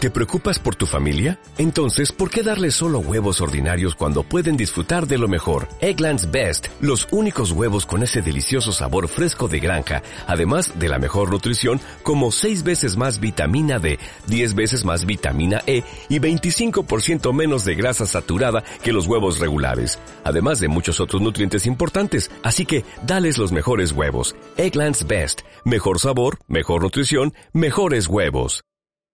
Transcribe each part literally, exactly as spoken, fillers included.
¿Te preocupas por tu familia? Entonces, ¿por qué darles solo huevos ordinarios cuando pueden disfrutar de lo mejor? Eggland's Best, los únicos huevos con ese delicioso sabor fresco de granja, además de la mejor nutrición, como seis veces más vitamina D, diez veces más vitamina E y veinticinco por ciento menos de grasa saturada que los huevos regulares, además de muchos otros nutrientes importantes. Así que, dales los mejores huevos. Eggland's Best, mejor sabor, mejor nutrición, mejores huevos.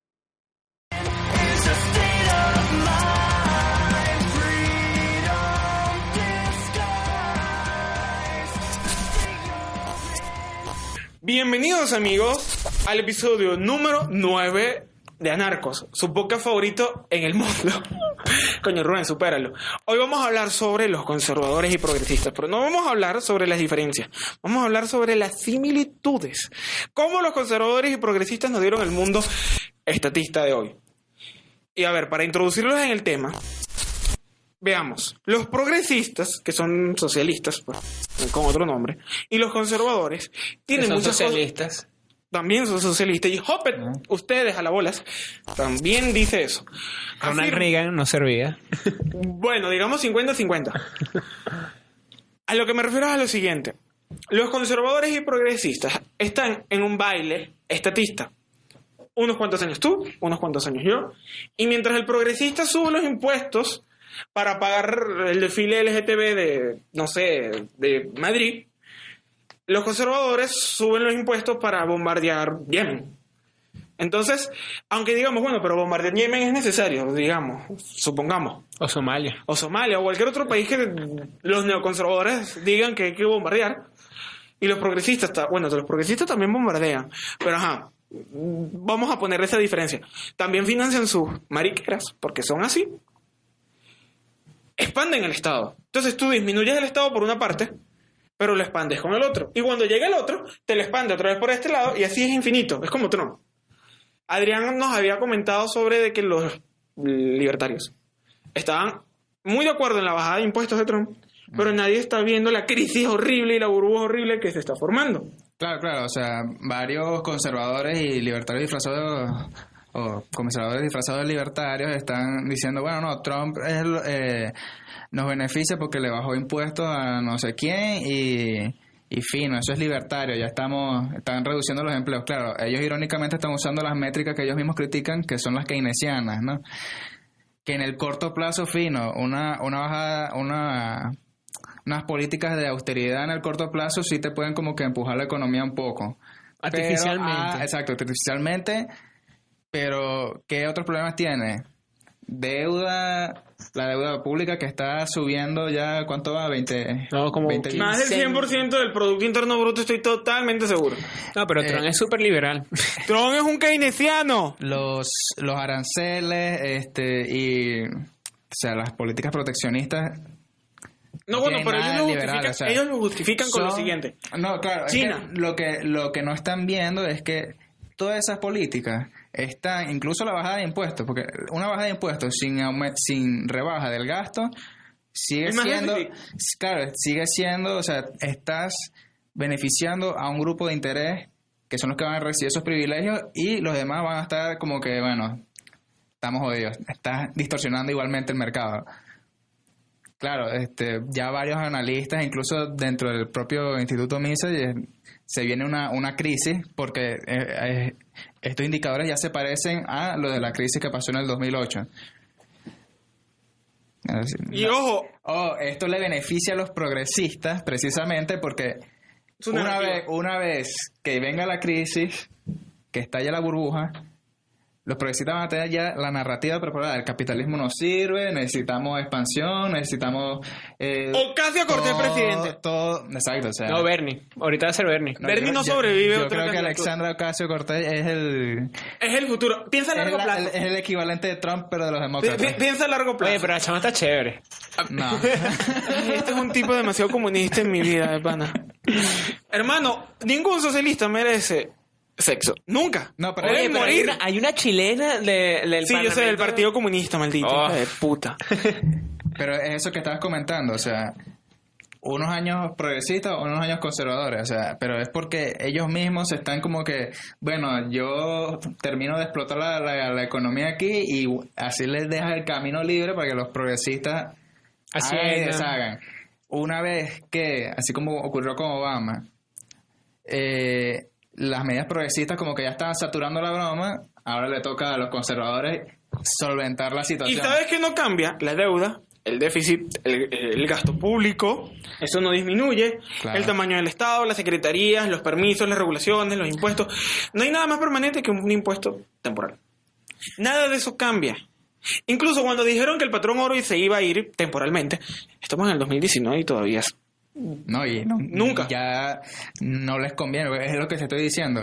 Bienvenidos, amigos, al episodio número nueve de Anarcos, su podcast favorito en el mundo. Coño, Rubén, supéralo. Hoy vamos a hablar sobre los conservadores y progresistas, pero no vamos a hablar sobre las diferencias. Vamos a hablar sobre las similitudes. Cómo los conservadores y progresistas nos dieron el mundo estatista de hoy. Y a ver, para introducirlos en el tema, veamos. Los progresistas, que son socialistas, pues, con otro nombre, y los conservadores tienen muchas socialistas. Cosas, también son socialistas. Y Hoppet, no. ustedes a la bolas, también dice eso. Ronald Reagan no servía. Bueno, digamos cincuenta cincuenta. A lo que me refiero es a lo siguiente. Los conservadores y progresistas están en un baile estatista. Unos cuantos años tú, unos cuantos años yo. Y mientras el progresista sube los impuestos para pagar el desfile L G T B de, no sé, de Madrid, los conservadores suben los impuestos para bombardear Yemen. Entonces, aunque digamos, bueno, pero bombardear Yemen es necesario, digamos, supongamos. O Somalia. O Somalia, o cualquier otro país que los neoconservadores digan que hay que bombardear. Y los progresistas, bueno, los progresistas también bombardean, pero ajá, vamos a poner esa diferencia. También financian sus mariqueras, porque son así. Expanden el Estado. Entonces tú disminuyes el Estado por una parte, pero lo expandes con el otro. Y cuando llega el otro, te lo expande otra vez por este lado y así es infinito. Es como Trump. Adrián nos había comentado sobre de que los libertarios estaban muy de acuerdo en la bajada de impuestos de Trump, pero nadie está viendo la crisis horrible y la burbuja horrible que se está formando. Claro, claro. O sea, varios conservadores y libertarios disfrazados... o conservadores disfrazados de libertarios están diciendo, bueno, no, Trump es, eh, nos beneficia porque le bajó impuestos a no sé quién y, y fino, eso es libertario, ya estamos, están reduciendo los empleos. Claro, ellos irónicamente están usando las métricas que ellos mismos critican, que son las keynesianas, ¿no? Que en el corto plazo, fino, una, una bajada, una, unas políticas de austeridad en el corto plazo sí te pueden como que empujar la economía un poco. Artificialmente. Pero, ah, exacto, artificialmente. Pero, ¿qué otros problemas tiene? Deuda, la deuda pública que está subiendo ya, ¿cuánto va? veinte, no, como veinte, más del cien por ciento del Producto Interno Bruto, estoy totalmente seguro. No, pero Trump eh, es súper liberal. Trump es un keynesiano. Los, los aranceles, este, y, o sea, las políticas proteccionistas. No, bueno, pero ellos lo, liberal, justifican, o sea, ellos lo justifican con son, lo siguiente. No, claro, China. Es que lo que lo que no están viendo es que todas esas políticas están, incluso la bajada de impuestos, porque una bajada de impuestos sin sin rebaja del gasto sigue siendo, claro, sigue siendo, o sea, estás beneficiando a un grupo de interés que son los que van a recibir esos privilegios y los demás van a estar como que, bueno, estamos jodidos, estás distorsionando igualmente el mercado. Claro, este, ya varios analistas, incluso dentro del propio Instituto Mises, se viene una, una crisis porque eh, eh, estos indicadores ya se parecen a lo de la crisis que pasó en el dos mil ocho. Así, y no. ojo, oh, esto le beneficia a los progresistas precisamente porque una vez, una vez que venga la crisis, que estalle la burbuja, los progresistas van a tener ya la narrativa preparada. El capitalismo no sirve, necesitamos expansión, necesitamos... Eh, Ocasio Cortés presidente. Todo, exacto, o sea... No, Bernie. Ahorita va a ser Bernie. No, Bernie yo, no yo, sobrevive. Yo, yo creo que Alexandra Ocasio Cortés es el... Es el futuro. Piensa a largo es plazo. La, el, es el equivalente de Trump, pero de los demócratas. Pi, piensa a largo plazo. Oye, pero la chama está chévere. No. Este es un tipo demasiado comunista en mi vida, de pana. Hermano, ningún socialista merece... sexo. Nunca. No, pero, Oye, pero morir. Hay, una, hay una chilena de, del Sí, yo sé, del Partido Comunista, maldito. Oh. De puta. pero es eso que estabas comentando, o sea, unos años progresistas o unos años conservadores, o sea, pero es porque ellos mismos están como que, bueno, yo termino de explotar la, la, la economía aquí y así les deja el camino libre para que los progresistas Así hagan y es, ¿no? deshagan. Una vez que, así como ocurrió con Obama, eh, las medidas progresistas como que ya estaban saturando la broma, ahora le toca a los conservadores solventar la ¿Y situación. sabes qué no cambia? La deuda, el déficit, el, el gasto público, eso no disminuye, Claro. el tamaño del Estado, las secretarías, los permisos, las regulaciones, los impuestos. No hay nada más permanente que un impuesto temporal. Nada de eso cambia. Incluso cuando dijeron que el patrón oro se iba a ir temporalmente, estamos en el dos mil diecinueve y todavía es... No, y no- Nunca. Ya no les conviene, es lo que te estoy diciendo.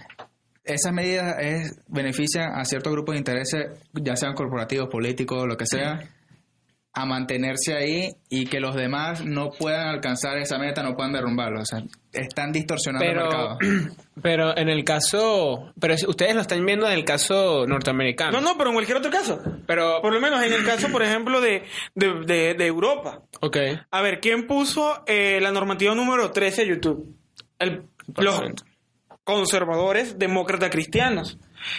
Esas medidas es, benefician a ciertos grupos de intereses, ya sean corporativos, políticos, lo que sea, a mantenerse ahí y que los demás no puedan alcanzar esa meta, no puedan derrumbarlo. O sea, están distorsionando el Pero, mercado. pero en el caso... Pero si ustedes lo están viendo en el caso norteamericano. No, no, pero en cualquier otro caso. Pero... Por lo menos en el caso, por ejemplo, de, de, de, de Europa. Ok. A ver, ¿quién puso eh, la normativa número trece a YouTube? El, los Exactamente. conservadores demócratas cristianos.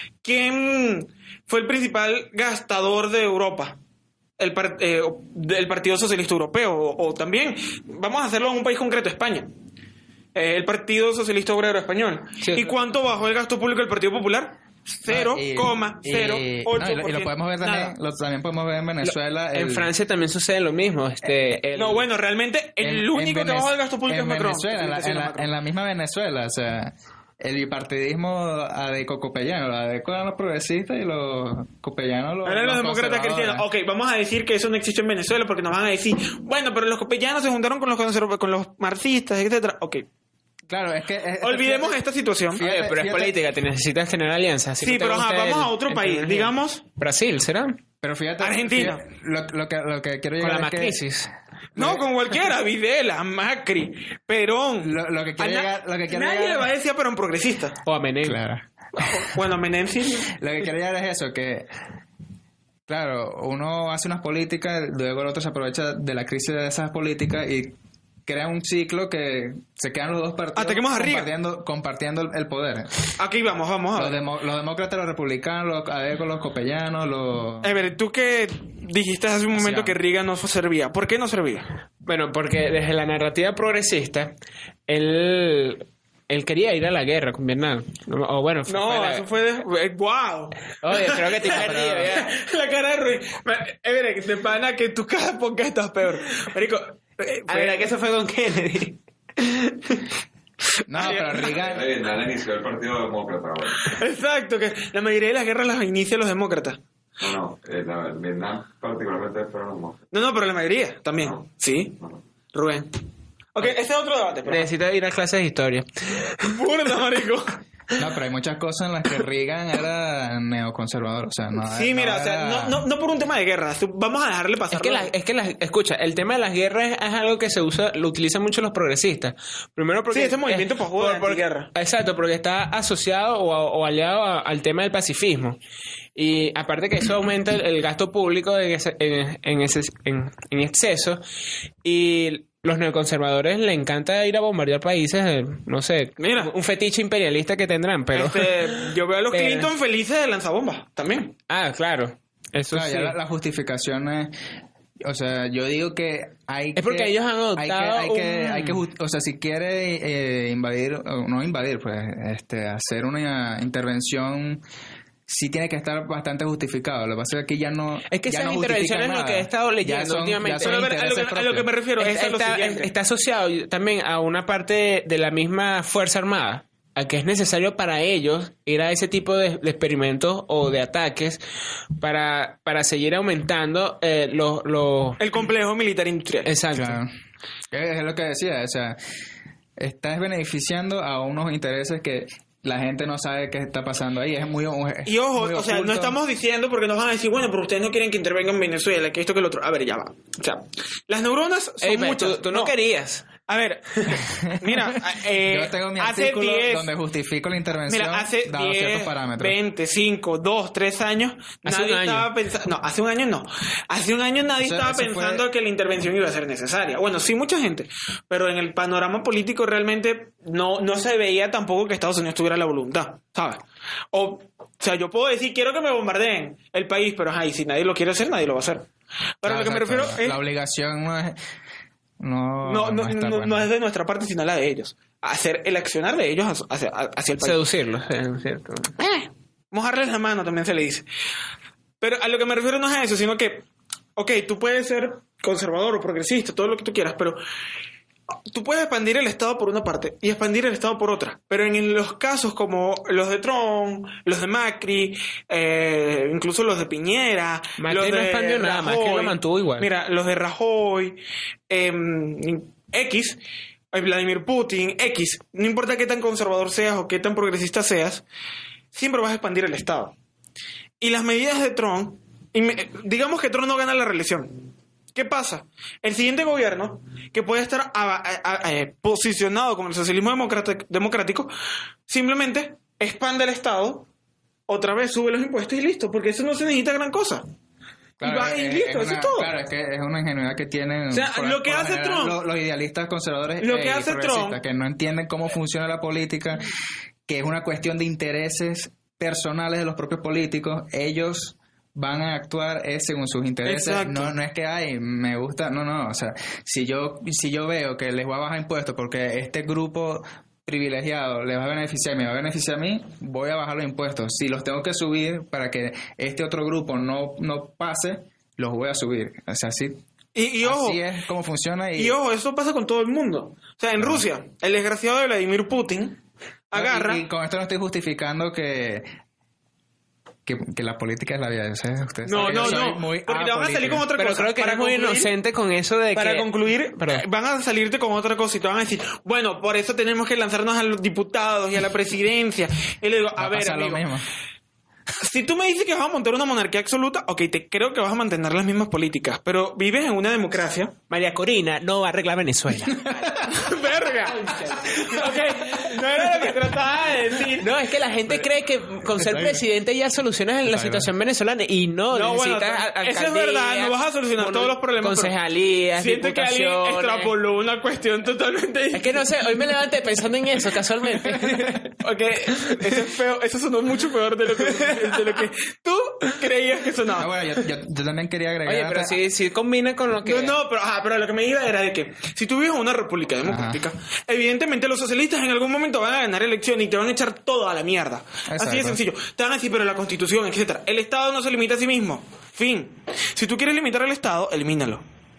¿Quién fue el principal gastador de Europa? El, par- eh, del Partido Socialista Europeo. O, o también, vamos a hacerlo en un país concreto, España. Eh, el Partido Socialista Obrero Español. Sí, ¿Y cuánto bajó el gasto público del Partido Popular? cero coma cero ocho por ciento. No, y, lo, y lo podemos ver también, Nada. lo, también podemos ver en Venezuela. En el- Francia también sucede lo mismo. Este, el- No, bueno, realmente el en- único en que bajó Venez- el gasto público en es Macron. Venezuela, en la, en, la, en la misma Venezuela, o sea, el bipartidismo adeco-copellano, los adeco eran los progresistas y los copellanos los, Eran los demócratas conservadores. cristianos. Ok, vamos a decir que eso no existe en Venezuela porque nos van a decir, bueno, pero los copellanos se juntaron con los conserv- con los marxistas, etcétera. Ok, Claro, es que... es- olvidemos fíjate- esta situación. fíjate- Oye, pero es fíjate- política, te necesitas tener alianzas. así Sí, que te pero ajá, gusta vamos el- a otro el país. primer día. Digamos, Brasil, ¿será? Pero fíjate... Argentina. fíjate, lo, lo que, lo que quiero Con llegar la es que... macrisis. no, con cualquiera, Videla, Macri, Perón. Lo, lo que quiero A na- llegar... Lo que quiero Nadie llegar le va a decir a Perón progresista. O a Menem. Claro. Bueno, Menem sí. Lo que quiero llegar es eso, que... Claro, uno hace unas políticas, luego el otro se aprovecha de la crisis de esas políticas y crea un ciclo que se quedan los dos partidos Ataquemos a Riga. compartiendo, compartiendo el, el poder. Aquí vamos, vamos a Los, ver. demo- los demócratas, los republicanos, los adecos, los copellanos, los... A ver, tú que dijiste hace un momento Sí, que Riga no servía. ¿Por qué no servía? Bueno, porque desde la narrativa progresista, él, él quería ir a la guerra con Vietnam. O bueno, fue, No, fue la- eso fue de... ¡Wow! Oye, creo que te perdido, ya. La cara de Ruiz. Everett, de pana que tu cada podcast estás peor. Marico, eh, A ver, que eso fue con Kennedy. No, pero Reagan... Vietnam inició el Partido Demócrata. Bueno. exacto, que la mayoría de las guerras las inician los demócratas. No, no, eh, la- en Vietnam particularmente fueron los demócratas. No, no, pero la mayoría también. No. Sí, No, no. Rubén. Ok, ese es otro debate. Pero... Necesito ir a clases de historia. Burda, marico. No, pero hay muchas cosas en las que Reagan era neoconservador, o sea, no... Sí, mira, o sea, era- no, no, no por un tema de guerra. Vamos a dejarle pasar. Es que, la, es que la, escucha, el tema de las guerras es algo que se usa, lo utilizan mucho los progresistas. Primero porque... Sí, ese movimiento es- por juego de porque- antiguerra. Exacto, porque está asociado o, a- o aliado a- al tema del pacifismo. Y aparte que eso aumenta el, el gasto público en, ese- en, en, ese, en, en exceso. Y los neoconservadores le encanta ir a bombardear países, eh, no sé, Mira. un fetiche imperialista que tendrán, pero... Este, yo veo a los pero- Clinton felices de lanzabombas también. Ah, claro. Eso Claro, sí. ya la, la justificación es... O sea, yo digo que hay Es porque que- ellos han hay que, adoptado hay que, un- hay que just- o sea, si quiere eh, invadir, o no invadir, pues, este, hacer una intervención, sí tiene que estar bastante justificado. Lo que pasa es que aquí ya no... Es que ya esas no intervenciones justifican es lo nada. que he estado Ya leyendo son- últimamente. ya son Pero a ver, a lo, que, intereses a lo que me propios. refiero es a lo está, siguiente. está asociado también a una parte de la misma Fuerza Armada, a que es necesario para ellos ir a ese tipo de, de experimentos o de ataques para, para seguir aumentando eh, los... los- El complejo militar industrial. Exacto. Claro. Es, es lo que decía, o sea, estás beneficiando a unos intereses que la gente no sabe qué está pasando ahí. Es muy... Y ojo, muy o sea, no oculto. estamos diciendo porque nos van a decir, bueno, pero ustedes no quieren que intervenga en Venezuela, que esto, que el otro. A ver, ya va. O sea, las neuronas son Ey, pero muchas. tú, tú no, querías. A ver, mira, eh, Yo tengo mi hace artículo diez, donde justifico la intervención mira, hace dado diez, ciertos parámetros. veinte, cinco, dos, tres años, Hace nadie un año. estaba pensando, no, hace un año no, hace un año nadie Eso- estaba eso pensando fue- que la intervención iba a ser necesaria. Bueno, sí, mucha gente, pero en el panorama político realmente no, no se veía tampoco que Estados Unidos tuviera la voluntad, ¿sabes? O, o sea, yo puedo decir, quiero que me bombardeen el país, pero ay, si nadie lo quiere hacer, nadie lo va a hacer. Pero Claro, lo que me exacto. refiero es... La obligación no es... No, No, no, está no, buena. no es de nuestra parte, sino la de ellos. Hacer el accionar de ellos hacia, hacia el país. Seducirlos, es cierto. Eh, mojarles la mano también se le dice. Pero a lo que me refiero no es a eso, sino que, ok, tú puedes ser conservador o progresista, todo lo que tú quieras, pero tú puedes expandir el Estado por una parte y expandir el Estado por otra. Pero en los casos como los de Trump, los de Macri, eh, incluso los de Piñera, Macri los no de expandió nada, Macri lo mantuvo igual. Mira, los de Rajoy, eh, X, eh, Vladimir Putin, X, no importa qué tan conservador seas o qué tan progresista seas, siempre vas a expandir el Estado. Y las medidas de Trump, y me- digamos que Trump no gana la reelección. ¿Qué pasa? El siguiente gobierno, que puede estar a- a- a- eh, posicionado con el socialismo democrático, democrático, simplemente expande el Estado, otra vez sube los impuestos y listo, porque eso no se necesita gran cosa. Claro, y va, y es- listo, es eso una- es todo. Claro, es que es una ingenuidad que tienen O sea, por- lo que por hace general Trump- los, los idealistas conservadores Lo que eh, y hace progresistas, Trump- que no entienden cómo funciona la política, que es una cuestión de intereses personales de los propios políticos. Ellos van a actuar es según sus intereses. Exacto. No, no es que, ay, me gusta, no, no, o sea, si yo, si yo veo que les voy a bajar impuestos porque este grupo privilegiado les va a beneficiar y me va a beneficiar a mí, voy a bajar los impuestos. Si los tengo que subir para que este otro grupo no, no pase, los voy a subir. O sea, así, Y, y ojo, así es como funciona. Y, y ojo, eso pasa con todo el mundo. O sea, en Rusia, el desgraciado de Vladimir Putin agarra... Y, y con esto no estoy justificando que, que, que la política es la vida. O sea, ustedes No, saben que no, yo soy no, muy porque te van a salir apolítico. con otra Pero cosa. creo que Para eres muy concluir- inocente con eso de Para que... concluir, Perdón. eh, van a salirte con otra cosa y te van a decir, bueno, por eso tenemos que lanzarnos a los diputados y a la presidencia. Y le digo, Va a a ver, pasar lo amigo, mismo. si tú me dices que vas a montar una monarquía absoluta, ok, te creo que vas a mantener las mismas políticas, pero vives en una democracia. María Corina no va a arreglar Venezuela. ¡Verga! Ok, no era lo que trataba de decir. No, es que la gente cree que con ser presidente ya solucionas la Exacto. situación venezolana y no, No, bueno, necesitas a- eso es alcaldías, verdad, no vas a solucionar mon- todos los problemas. pero Concejalías, siento que alguien diputaciones. extrapoló una cuestión totalmente Es que no sé, hoy me levanté pensando en eso casualmente. Ok, eso es feo, eso sonó mucho peor de lo que, de lo que tú creías que Ah, sonaba. bueno, yo, yo, yo también quería agregar... Oye, pero sí, sí combina con lo que... No, no, pero, ajá, pero lo que me iba era de que si tú vives en una república democrática, evidentemente los socialistas en algún momento van a ganar elecciones y te van a echar todo a la mierda. Así de Exacto. sencillo. Te van a decir, pero la constitución, etcétera. El Estado no se limita a sí mismo. Fin. Si tú quieres limitar al Estado, elimínalo.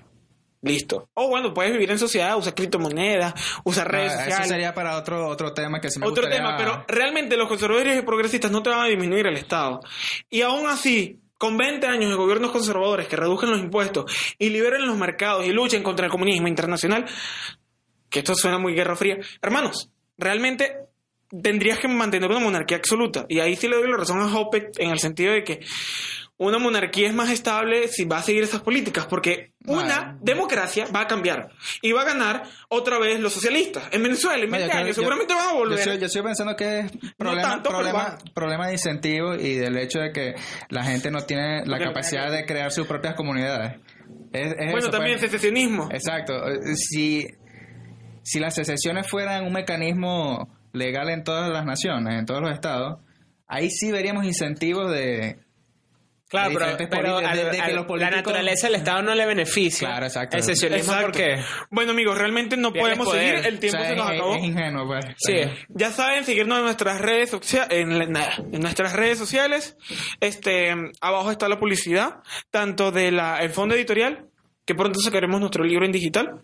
Listo. O bueno, puedes vivir en sociedad, usar criptomonedas, usar redes Ah, sociales. eso sería para otro otro tema que se me Otro gustaría... tema, pero realmente los conservadores y progresistas no te van a disminuir el Estado. Y aún así, con veinte años de gobiernos conservadores que reduzcan los impuestos y liberen los mercados y luchen contra el comunismo internacional, que esto suena muy guerra fría, hermanos, realmente tendrías que mantener una monarquía absoluta. Y ahí sí le doy la razón a Hoppe en el sentido de que una monarquía es más estable si va a seguir esas políticas, porque una Bueno. democracia va a cambiar y va a ganar otra vez los socialistas. En Venezuela, en No, yo veinte creo- años, yo- seguramente van a volver. Yo, sigo- yo sigo pensando que es problema, tanto, pero problema, va. problema de incentivo y del hecho de que la gente no tiene la Porque- capacidad de crear sus propias comunidades. Es, es Bueno, eso, también pues. secesionismo. Exacto. Si, si las secesiones fueran un mecanismo legal en todas las naciones, en todos los estados, ahí sí veríamos incentivos de... Claro, de pero, diferentes pero políticos- de- al- de que al- los la políticos- naturaleza del Estado no le beneficia. Claro, exacto. El sesionismo, Exacto. ¿por qué? Bueno, amigos, realmente no Pierdes podemos poder. seguir. El O tiempo sea, se nos es, acabó. es ingenuo, pues. Sí. Ya saben, seguirnos en nuestras redes sociales, en, la- en nuestras redes sociales. Este, abajo está la publicidad, tanto de la el fondo editorial, que pronto sacaremos nuestro libro en digital.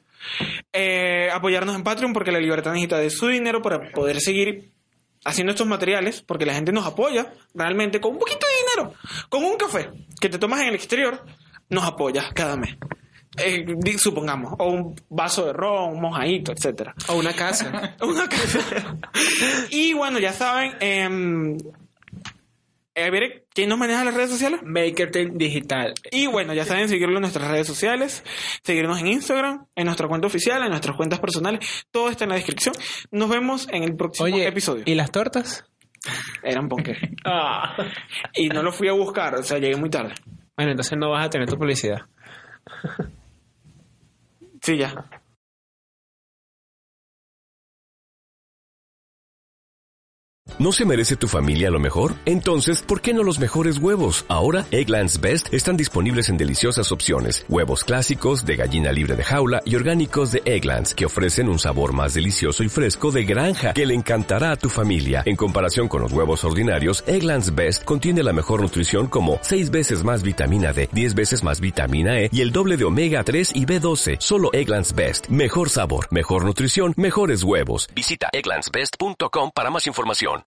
Eh, apoyarnos en Patreon porque la libertad necesita de su dinero para poder seguir haciendo estos materiales, porque la gente nos apoya realmente con un poquito de dinero, con un café que te tomas en el exterior, nos apoyas cada mes. Eh, di- supongamos, o un vaso de ron, un mojadito, etcétera. O una casa. Una casa. Y bueno, ya saben, em, a ver, ¿quién nos maneja las redes sociales? Makerton Digital. Y bueno, ya saben, seguirlo en nuestras redes sociales, seguirnos en Instagram, en nuestra cuenta oficial, en nuestras cuentas personales. Todo está en la descripción. Nos vemos en el próximo Oye, episodio. ¿y las tortas? Eran ponqué. Ah. Y no lo fui a buscar, o sea, llegué muy tarde. Bueno, entonces no vas a tener tu publicidad. Sí, ya. ¿No se merece tu familia lo mejor? Entonces, ¿por qué no los mejores huevos? Ahora, Eggland's Best están disponibles en deliciosas opciones. Huevos clásicos, de gallina libre de jaula y orgánicos de Eggland's, que ofrecen un sabor más delicioso y fresco de granja, que le encantará a tu familia. En comparación con los huevos ordinarios, Eggland's Best contiene la mejor nutrición como seis veces más vitamina D, diez veces más vitamina E y el doble de omega tres y B doce. Solo Eggland's Best. Mejor sabor, mejor nutrición, mejores huevos. Visita egglands best punto com para más información.